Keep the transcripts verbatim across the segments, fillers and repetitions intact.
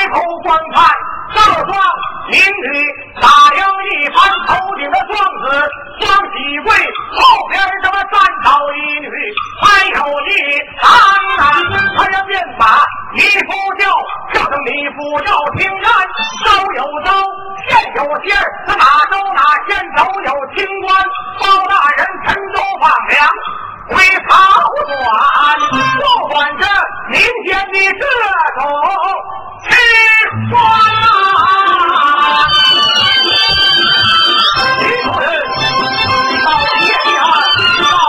头观看，少壮邻里打赢一盘头顶的庄子，双喜贵后边这么三朝一女，还有一堂啊，他要便把你不叫，叫声你不要听然，招有招，县有县，他哪州哪县都有清官，包大人陈州放粮归曹管，不管这民间的这种吃官啊，李主任到爷爷到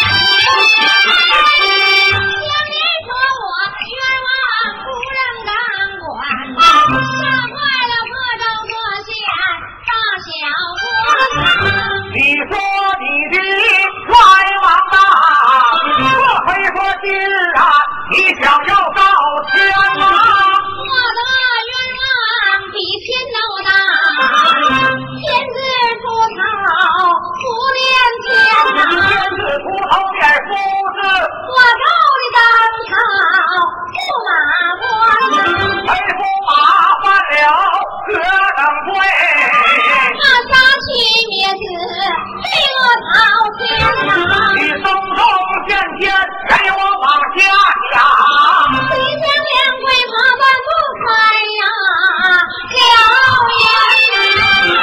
你说你的冤枉啊，莫非说今日啊你想要告天吗？ 我的冤枉比天都大，天字出头不连天呐， 天字出头便夫子， 我州的当朝驸马官， 为驸马犯了何等罪？ 他杀妻灭子，罪恶滔天呐！ 你松松见天，给我往下讲。 西江两会爬断不开呀，燎原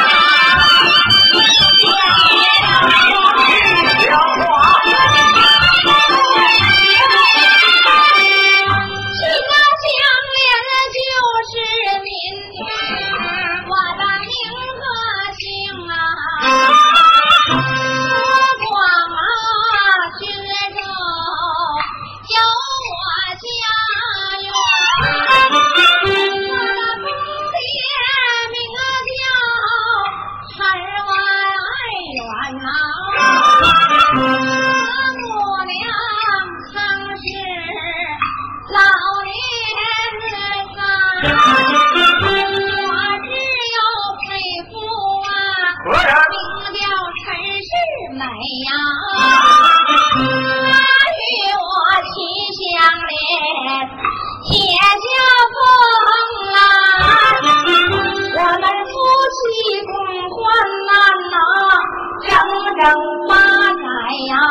讲话。 西江相连就是民，我的名和姓啊。美呀，他与我齐相连，铁下风啊，我们夫妻共患难呐，整整八载呀。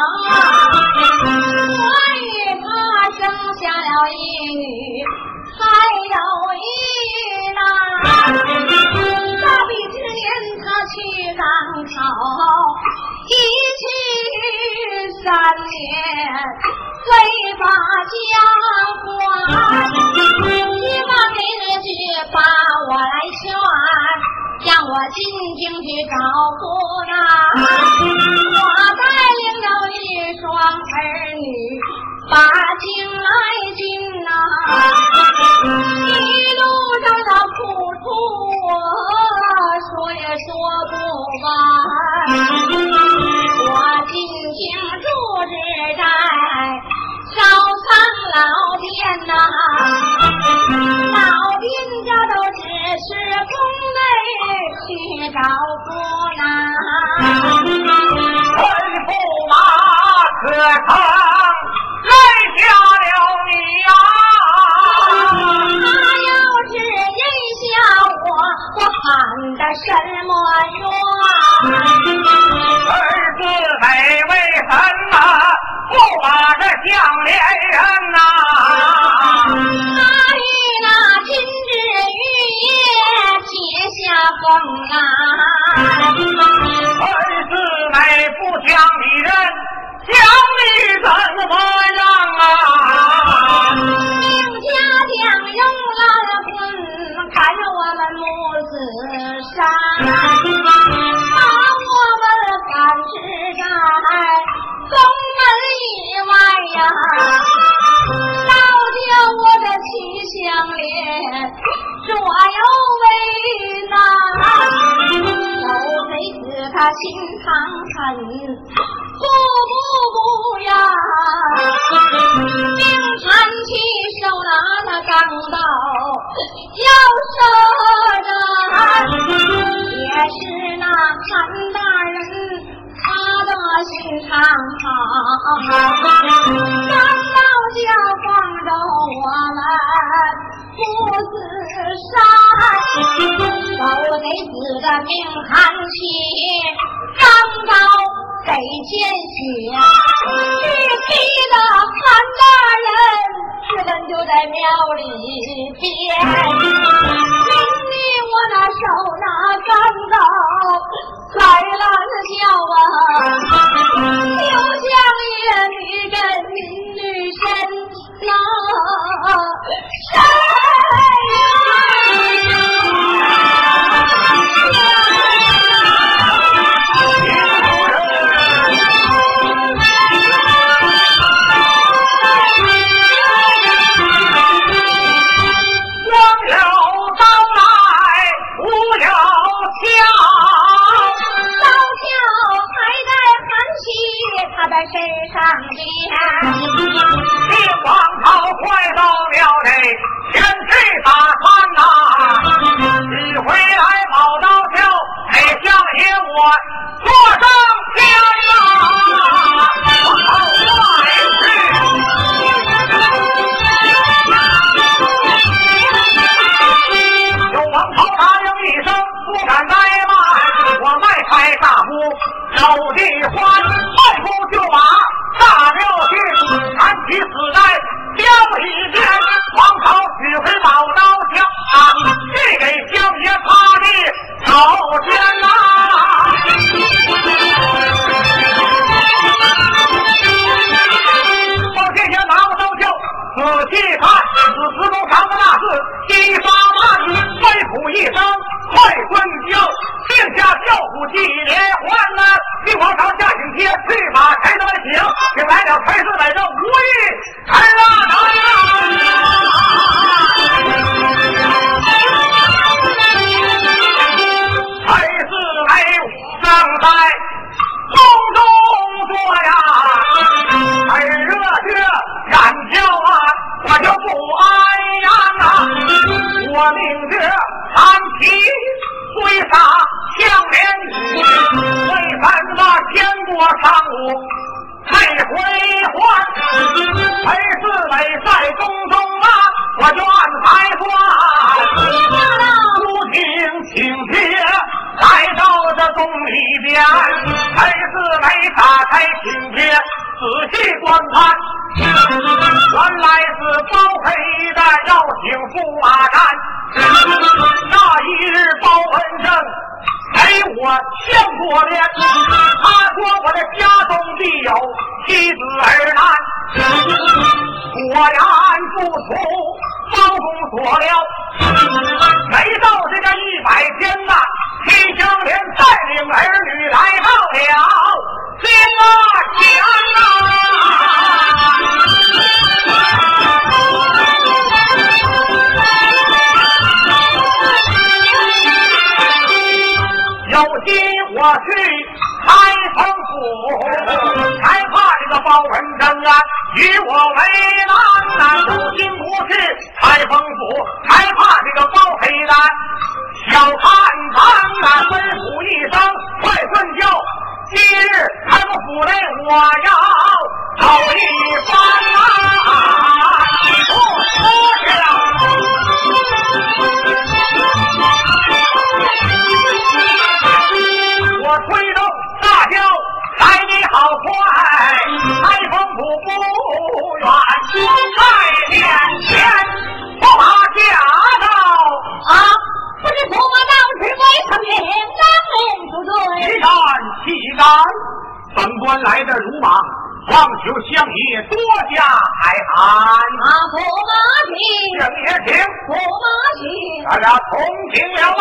我与他生下了一女，还有一男。大比之年，他去当朝。一去三年，非法家官，一把给日去把我来劝，让我进京去找夫人。我带领着一双儿女，把京来进呐、啊，一路上他苦楚我说也说不完。我进京住址在烧仓老店呐、啊，老店家都只是宫内去找夫人。 陈驸马可曾认下了你呀、 啊？他要是认下我，我喊的什么冤？ 儿子美为什么不把这相连人呐、啊？ 他与那金枝玉叶结下风啊！ 儿子美不讲理人，讲理怎么样啊？ 命家将扔了棍，赶我们母子山，把我们赶至在宫门以外呀，老叫我的齐相连左右为难，老贼子他心肠狠，不不不呀，命残气手拿那钢刀要射人，也是那谭大人他的心肠好，刚到家放着我们父子都得自个命看齐，刚到给见血，具体的潘大人是本就在庙里边，命令我那手拿钢刀来拦轿啊，就像夜里跟女神那谁他在身上边， 秦王朝快到了内，前去打探呐，只回来宝刀鞘，给相爷我坐上天呐，王朝快去，有王朝答应一声，不敢怠慢，我迈开大步走地欢。就把大庙去弹起死来交一遍，王朝指挥宝刀枪啊，去给相爷擦地朝天呐。王先生拿过刀鞘仔细看，此时中长的那字一发慢，吩咐一声快滚交，定下教父纪连环呐，帝王朝下请帖去把柴子们请，请来了柴四百这无意陈拉达柴四百正在空中坐呀，很热血染焦啊，我就不安然啊，我命这长旗追杀相连雨，为咱把天国上午太回还，才是美在中中啊，我就按牌算，不听请帖来到这宫里边，才是美打开请帖仔细观看，原来是包黑的要请驸马战，那一日包文正给我相过脸，他说我的家中必有妻子儿男，果然不出包公所料，没到这个一百天呐，七香莲带领儿女来到了金马前呐。有心我去开封府，才怕这个包文正啊与我为难呐。有心不去开封府，才怕这个包黑蛋小看咱呐。吩咐一声快顺教，今日开封府内我要走一番啊！不说去了。我推动大轿来你好快，开封府不远，在面前驸马驾到啊！不是驸马当时为什么当面不对？ 岂敢岂敢！本官来的如马，望求相爷多加海涵。 啊，驸马请， 相爷请， 驸马请， 大家同情了吧。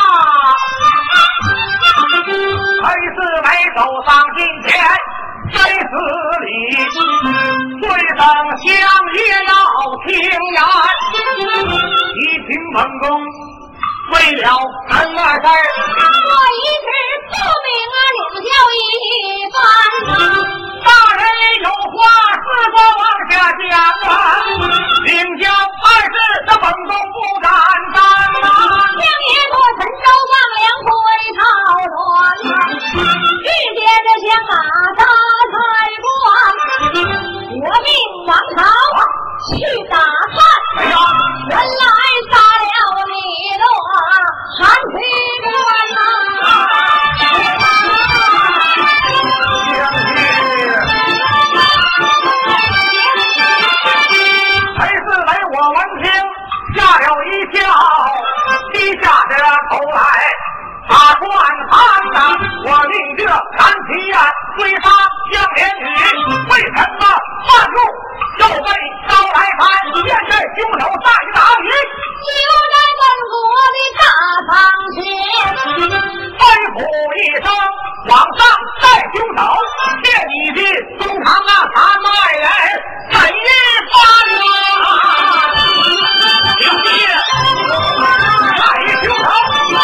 黑四眉走上近前，这此里对等相爷要听言，一听本宫为了什么事儿？ 我一直不明啊，领教一番。 大人有话自个往下讲啊，领教二事这本宫不敢担啊。 相爷多陈州放粮回讨乱，遇见这枪马大开关，我命王朝去打探， 哎呀， 原来杀了李罗相连女，为什么半路又被招来犯？现在凶手在哪里？ 就在本府的大堂前， 吩咐一声，往上带凶手，借你的中堂啊，他们二人怎一番啊？小弟，带凶手。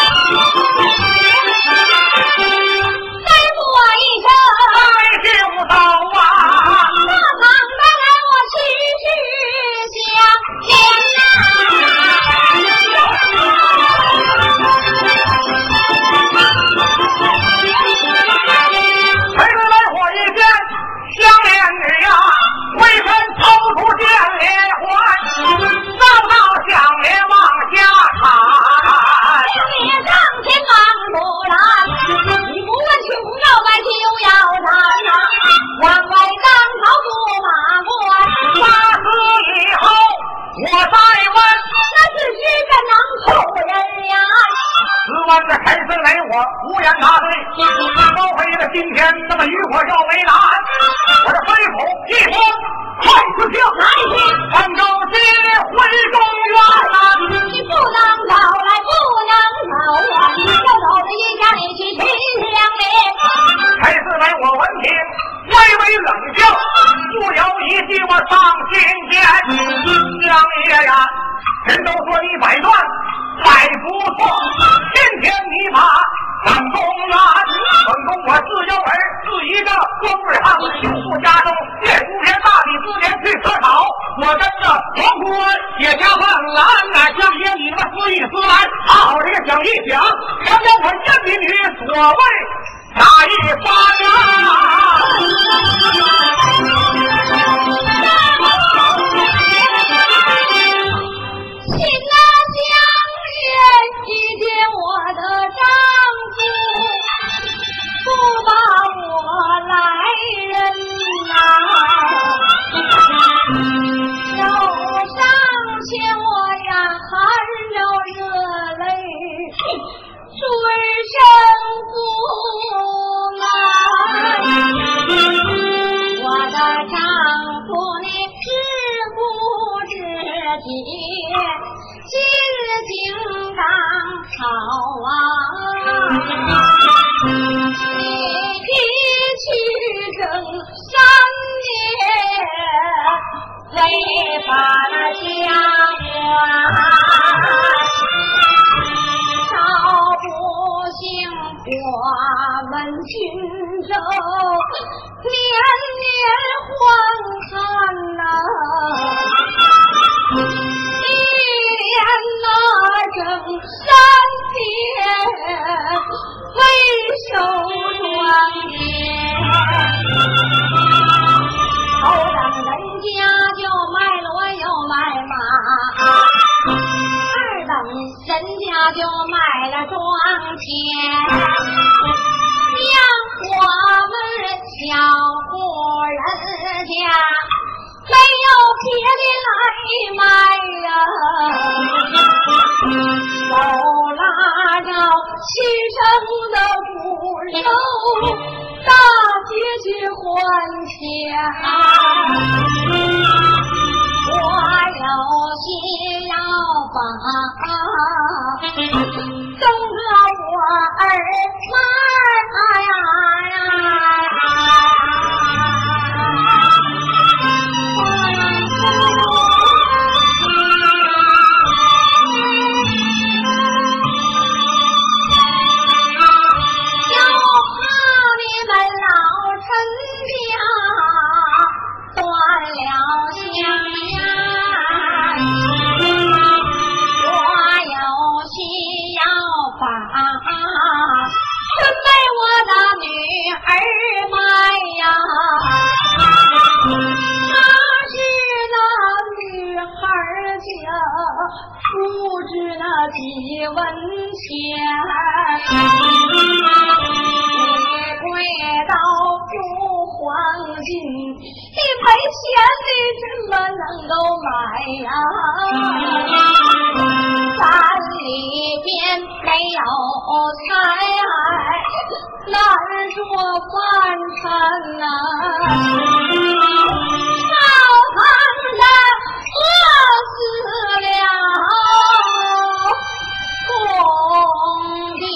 这开始来我无言答对，高飞的今天那么与我要为难，我的飞虎一封快出去，来去看高街回中原啊！ 你不能走来，不能走啊！要走的一家你去亲相连。 开始来我闻听微微冷笑，不由一句我上心间，相爷呀，人都说你百段还不错，今天你把本宫啊，本宫我自幼儿是一个官位汉子，修复家中，练无天大地之年去科考，我跟着王官写家饭蓝，乃相爷你们思一思来，好好这个想一想，想想我燕民女所谓哪一番啊？ 遇见我的丈夫，不把我来人呐，手上牵我呀，含着热泪，追身不满。我的丈夫你知不知体？今日刚好啊，你提去整三年，违反了家园，少不幸我们荆州年年欢看呐、啊。那整三年未收庄稼，头等人家就卖骡又卖马，二等人家就卖了庄钱，像我们小户人家没有别的来卖呀、啊，手拉着亲生的骨肉，大街去还钱。我有心要把生个我儿妈呀。不知那几文钱，你跪到不黄金，你赔钱你怎么能够买呀、啊？三里边没有财，难做饭餐呐、烧饭的饿死了宫殿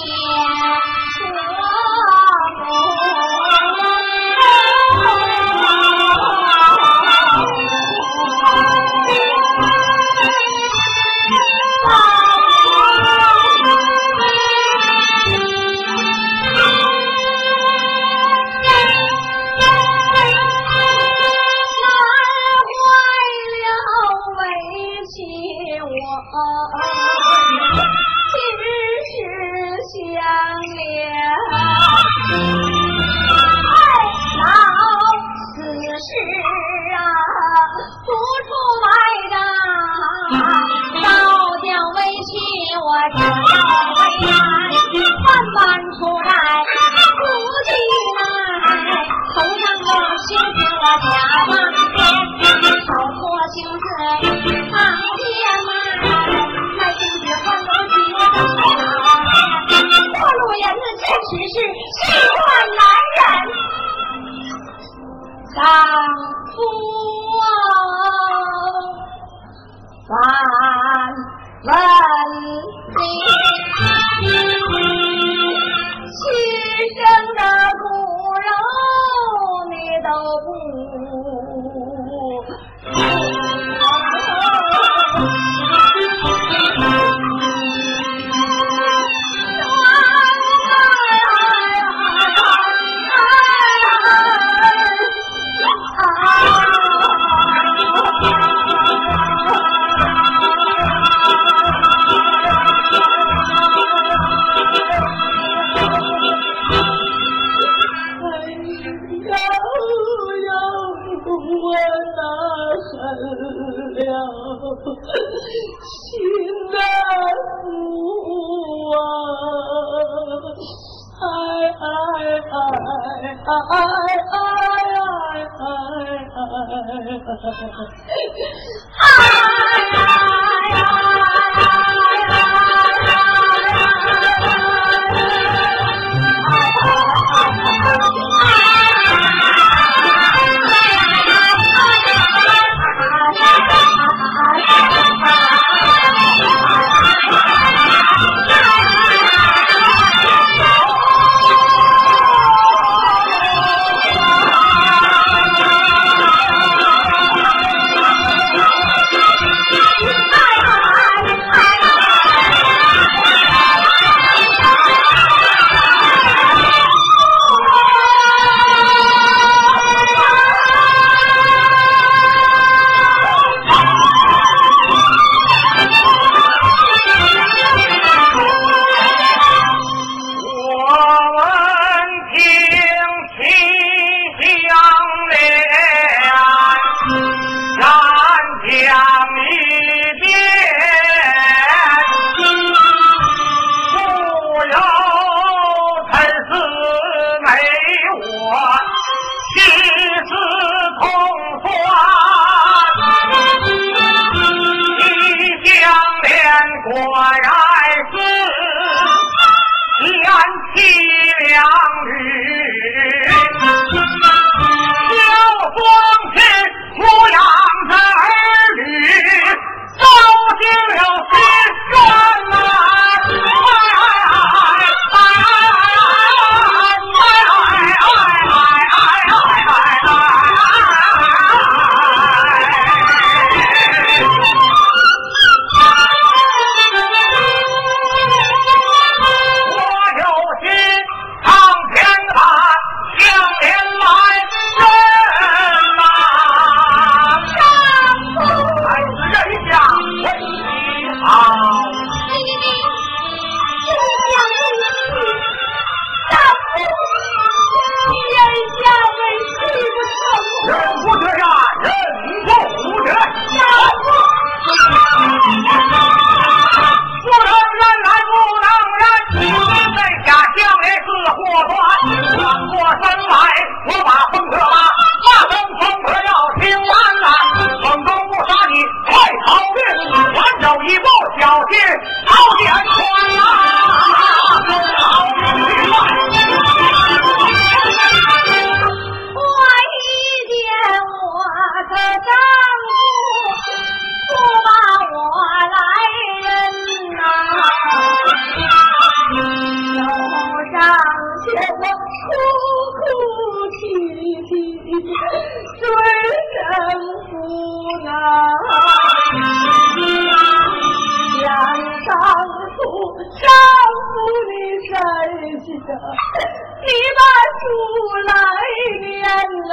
你把书来念呐，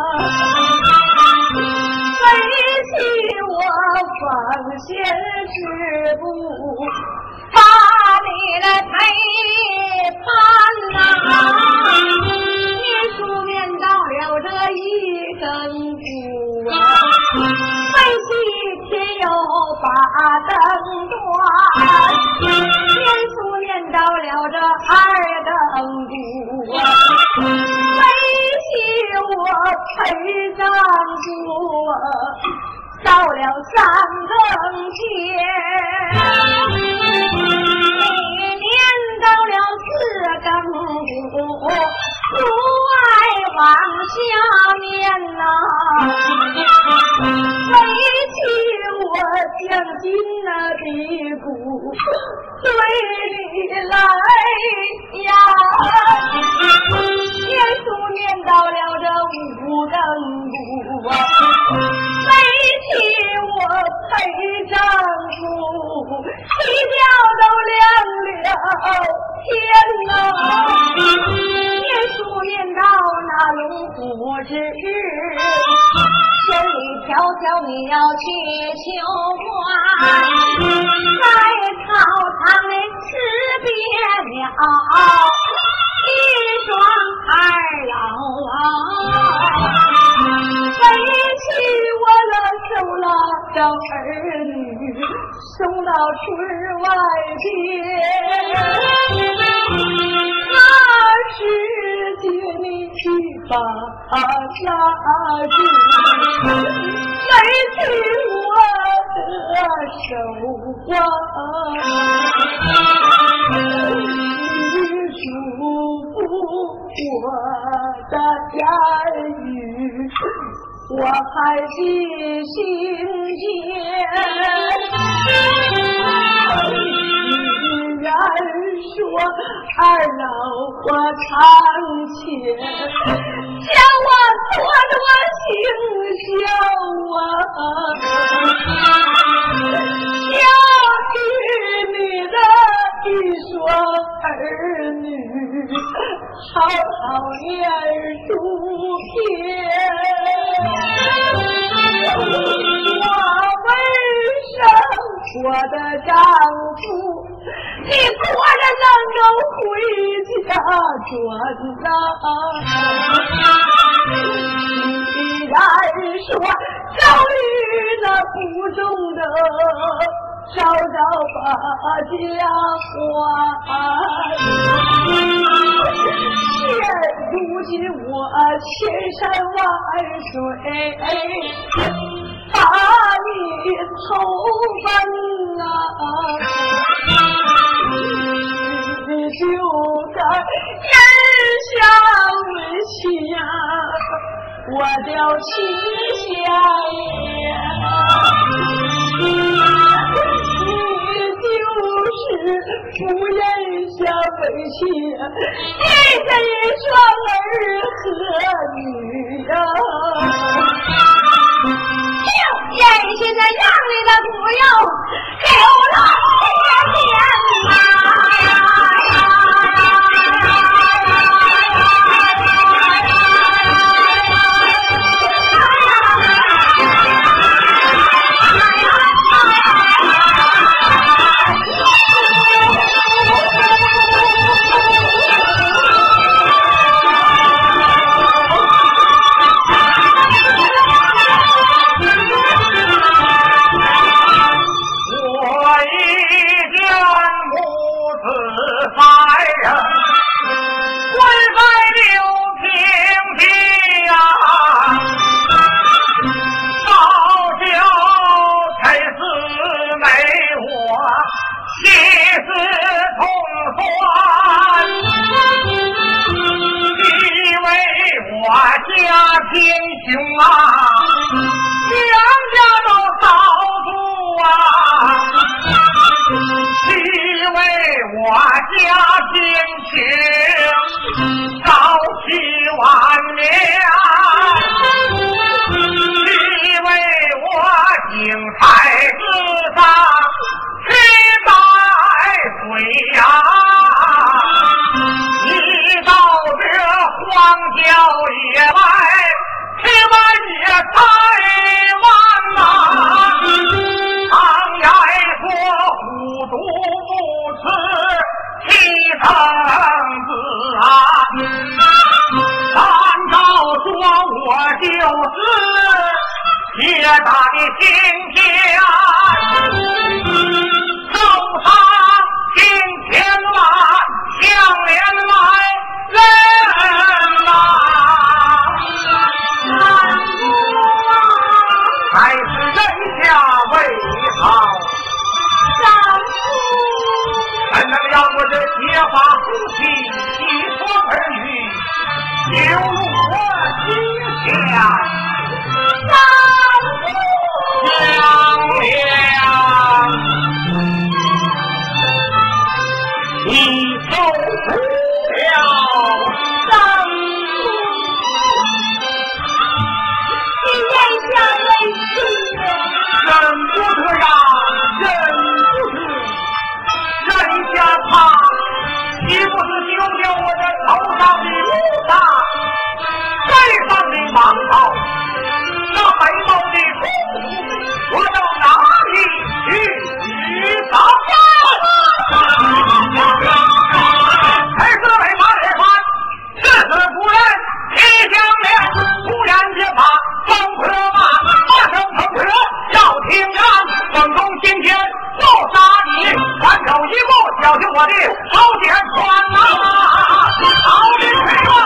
背起我奉献之不把你来陪伴呐，你书念到了这一根骨啊，背起天有把灯端，念书念到了这二更鼓啊，背起我陪丈夫啊，到了三更天，你念到了四更鼓，不爱往下面呐，背起我将心的嘀咕对你来呀，念书念到了这五更鼓啊，背起我陪丈夫，一觉都亮了天哪，念书念到那龙虎之日，千里迢迢你要去求欢，在操场里识别了一双二老啊，背起我了收了小儿女，送到村外边，那时节你去把他拉住，背起我的手啊，你祝福我的言语我还记心间，依然说二老我长情，叫我多多行孝啊，要给你的一双儿女好好念书篇。我为什我的丈夫你过着能够回家转呐，依然说教育那不中的稍稍把家还，现如今我千山万水把你投奔啊，你就该人下为妻呀，我叫妻下呀，你就是不认下为妻，你这一双儿和女呀，就眼现在让你的不要给我天呐，天雄啊，两家都扫除啊，因为我家天晴早起晚眠，因为我井台子上吃白水呀，因铁打的今天，走上今天来，相连来人呐，还是人家为好。怎能让我这结发夫妻一双儿女流入我心田？娘娘，你受不了伤， 你言下为是， 忍不得呀，忍不得。人家他岂不是丢掉我这头上的乌纱，身上的芒草，那白毛的公主，我到哪里去找？还是为马列川，世子夫人提相连，突然间把风婆骂，骂声风婆要听言，风中今天不杀你，还有一步小心我的好点穿呐！好的去吧！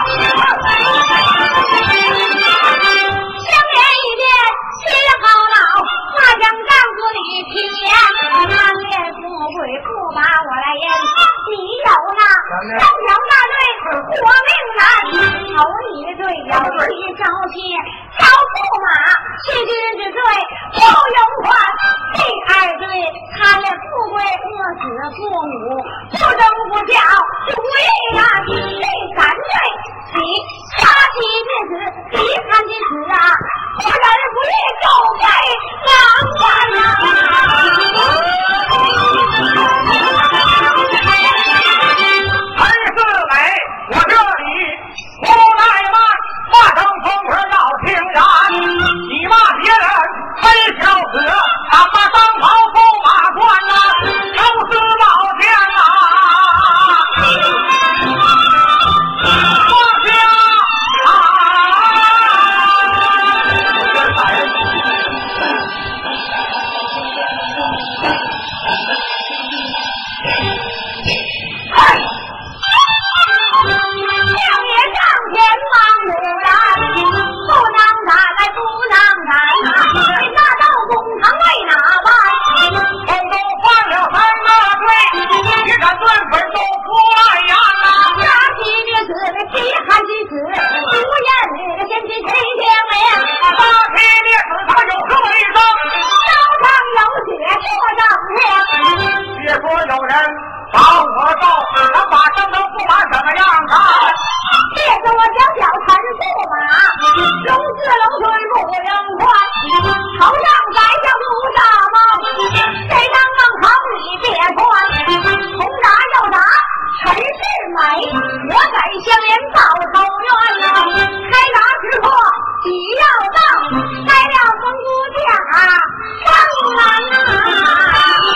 相连一遍，心好恼，话想告诉你听言，贪恋富贵不把我来淹，你有那三条大罪活命难，头一罪要去招亲，招驸马欺君之罪不容还，第二罪贪恋富贵饿死父母，不争不孝无义难，第三罪其杀妻之子离叛之子啊，不仁不义狗辈狼患啊！ 陈世美，我这里不怠慢，骂声风婆要听言，你骂别人非小子，咱们当朝驸马官呐，都是老天呐！放下相爷上前忙不然，不能打来不能打啊！那道公堂为哪般？ 空中犯了三个罪，你敢断腿都不赖呀呐！ 杀妻之子欺汉之子，无言的先去谁天命？ 杀妻灭子他有何为证？ 刀上有血做证明。 别说有人把我告，他把生成驸马怎么样看？ 别说我小小陈驸马，龙四龙腿不人宽，头上宰相不大帽，谁能让好你别穿？从打又打陈世美，我给相连报仇冤呐！开打之后只要到，开了风姑家上南啊！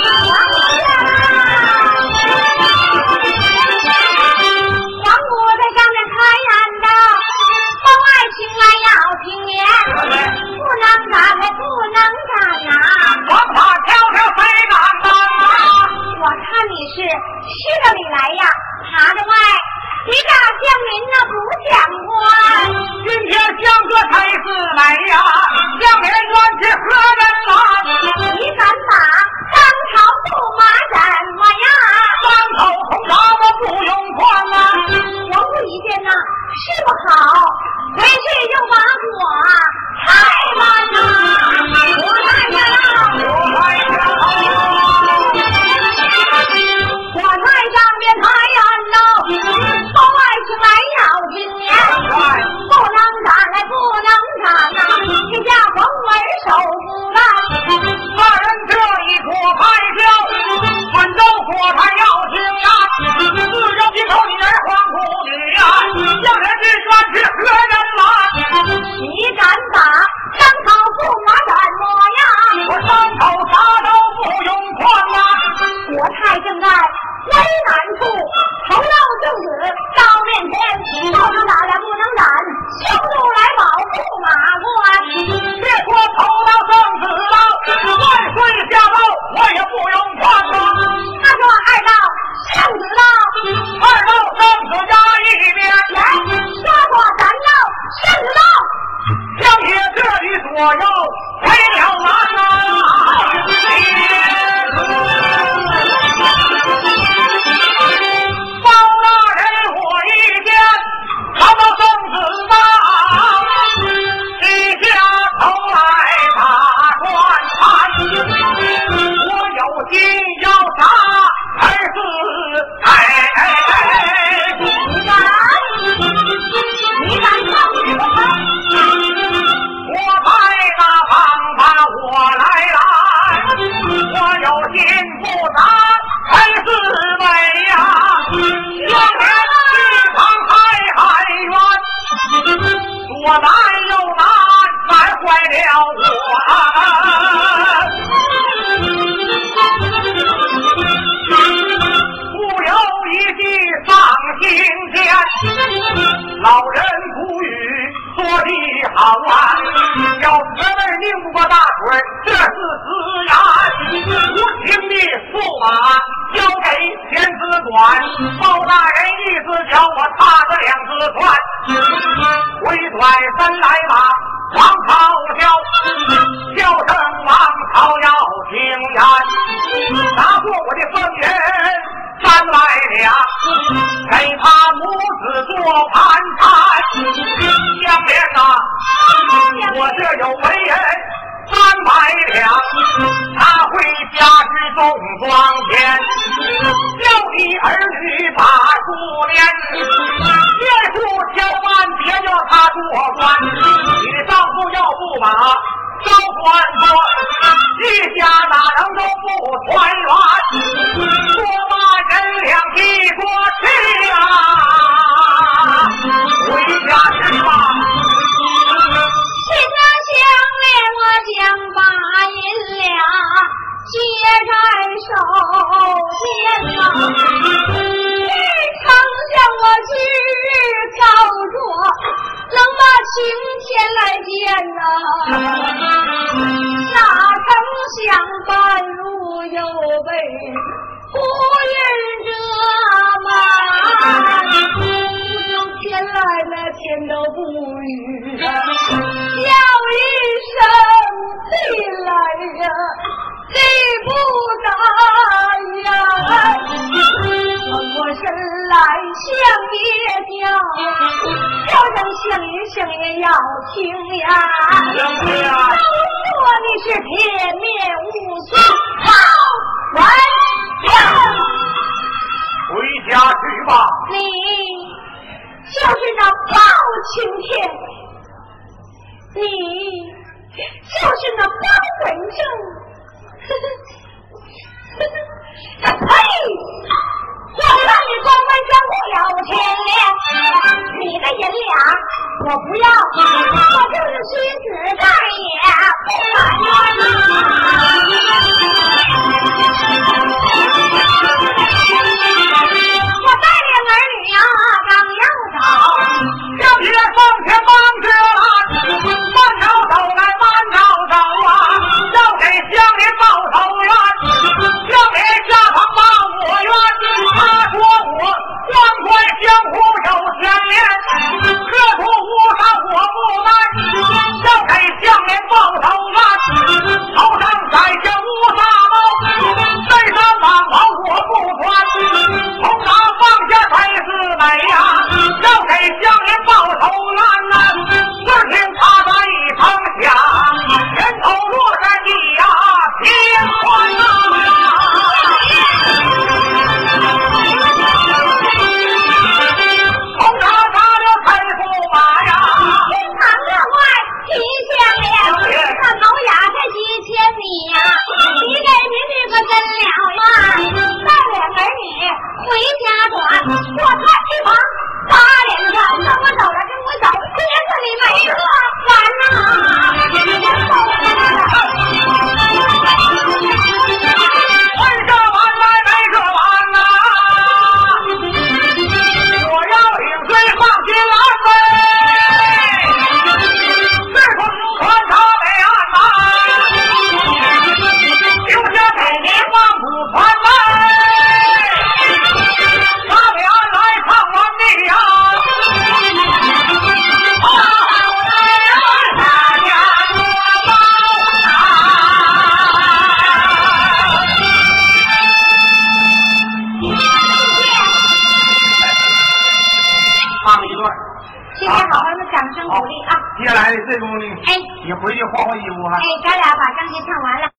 王姑在上面开言道：封爱卿来要听言，不能打开不能打呀！ 王法挑挑谁敢当啊？ 我看你是吃着里来呀，爬着外，你大乡民那不相关。 今天相哥才是来呀，相连冤是何人来？ 你敢打当朝驸马怎么样？ 三口红茶我不用换啊！ 王府一见呐，是不好，回去就把我太慢呐！我太下了， 我来下我太上面太远喽，封爱卿来要听言，不能打来不能打呐，天下逢儿手不烂。 二人这一锅拍椒，滚州火柴要听呀，四周一口女儿黄姑女呀，相连之冤是何人来？ 你敢老人不语说的好啊，小哥们拧不过大水，这是自然。无情的驸马交给天子管，包大人意思叫我踏着两只船，回转身来吧。王朝叫叫声王朝要听言，拿过我的封人三百两，给他母子做盘缠。相连呐，我这有为人三百两，他会家之重装钱，叫你儿女把数连，别处千万别叫他做官，你的丈夫要不把招还说，一家哪能都不团圆，多把人两地说去啊，回家去吧。 其他相恋我将把银两接在手间呐，日常向我去照着，能把晴天来见呐，哪曾想半路又被乌云遮满，天来了天都不语，叫一声地来呀，地不答呀，转过身来向爷叫，叫声相爷相爷要听呀，都说你是铁面无私好人， 回家去吧。 你就是那包青天，你就是那包文正，呸！我让你光文正不了天亮，你的银两我不要，我就是妻子再也不敢我带领儿女呀刚要走， 让别放前忙着了，慢着走来慢着走啊，要给乡邻报仇冤，乡邻下堂骂我冤，他说我官官相护有牵连，刻图无上我不担，要给乡邻报仇冤，头上宰下乌纱帽，身上蟒袍我不穿，头上放下才是美呀，要给乡邻报仇冤呐，只听他那一声响，人头落在地呀平宽呐，从他杀了财驸马呀， 天堂的外提相连，那毛牙才几千米呀，你给民女可真了呀，带领儿女回家转，我看这房打脸上，跟我走了跟我走，别说你没喝完呐， 问这完来没这完呐，我要领罪放心来呗，是从船上北岸呐，留下给您望古船来，他北岸来唱完的呀，唱一段。 谢谢好朋友的掌声鼓励啊！ 接下来的这功夫呢， 哎， 你回去换换衣服哈。 哎，咱俩把张节唱完了。